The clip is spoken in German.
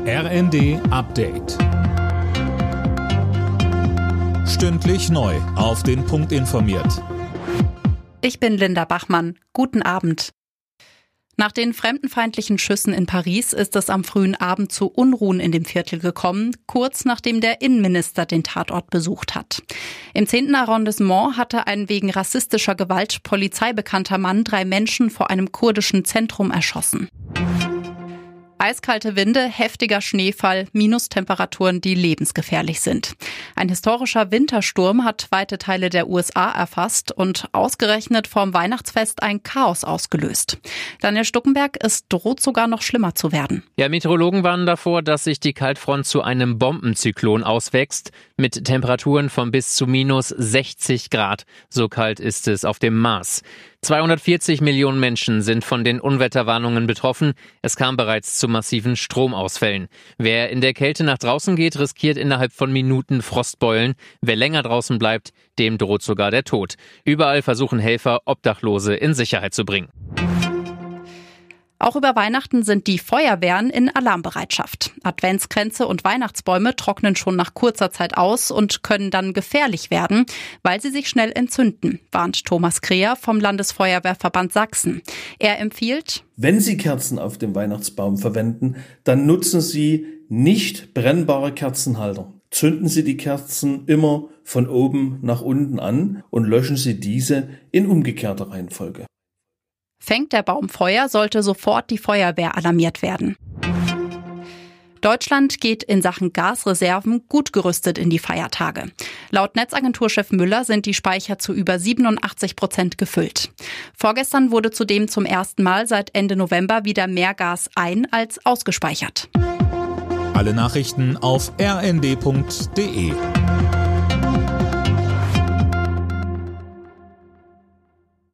RND Update. Stündlich neu auf den Punkt informiert. Ich bin Linda Bachmann. Guten Abend. Nach den fremdenfeindlichen Schüssen in Paris ist es am frühen Abend zu Unruhen in dem Viertel gekommen, kurz nachdem der Innenminister den Tatort besucht hat. Im 10. Arrondissement hatte ein wegen rassistischer Gewalt polizeibekannter Mann 3 Menschen vor einem kurdischen Zentrum erschossen. Eiskalte Winde, heftiger Schneefall, Minustemperaturen, die lebensgefährlich sind. Ein historischer Wintersturm hat weite Teile der USA erfasst und ausgerechnet vorm Weihnachtsfest ein Chaos ausgelöst. Daniel Stuckenberg, es droht sogar noch schlimmer zu werden. Ja, Meteorologen warnen davor, dass sich die Kaltfront zu einem Bombenzyklon auswächst, mit Temperaturen von bis zu minus 60 Grad. So kalt ist es auf dem Mars. 240 Millionen Menschen sind von den Unwetterwarnungen betroffen. Es kam bereits zu massiven Stromausfällen. Wer in der Kälte nach draußen geht, riskiert innerhalb von Minuten Frostbeulen. Wer länger draußen bleibt, dem droht sogar der Tod. Überall versuchen Helfer, Obdachlose in Sicherheit zu bringen. Auch über Weihnachten sind die Feuerwehren in Alarmbereitschaft. Adventskränze und Weihnachtsbäume trocknen schon nach kurzer Zeit aus und können dann gefährlich werden, weil sie sich schnell entzünden, warnt Thomas Kreher vom Landesfeuerwehrverband Sachsen. Er empfiehlt: Wenn Sie Kerzen auf dem Weihnachtsbaum verwenden, dann nutzen Sie nicht brennbare Kerzenhalter. Zünden Sie die Kerzen immer von oben nach unten an und löschen Sie diese in umgekehrter Reihenfolge. Fängt der Baum Feuer, sollte sofort die Feuerwehr alarmiert werden. Deutschland geht in Sachen Gasreserven gut gerüstet in die Feiertage. Laut Netzagenturchef Müller sind die Speicher zu über 87% gefüllt. Vorgestern wurde zudem zum ersten Mal seit Ende November wieder mehr Gas ein- als ausgespeichert. Alle Nachrichten auf rnd.de.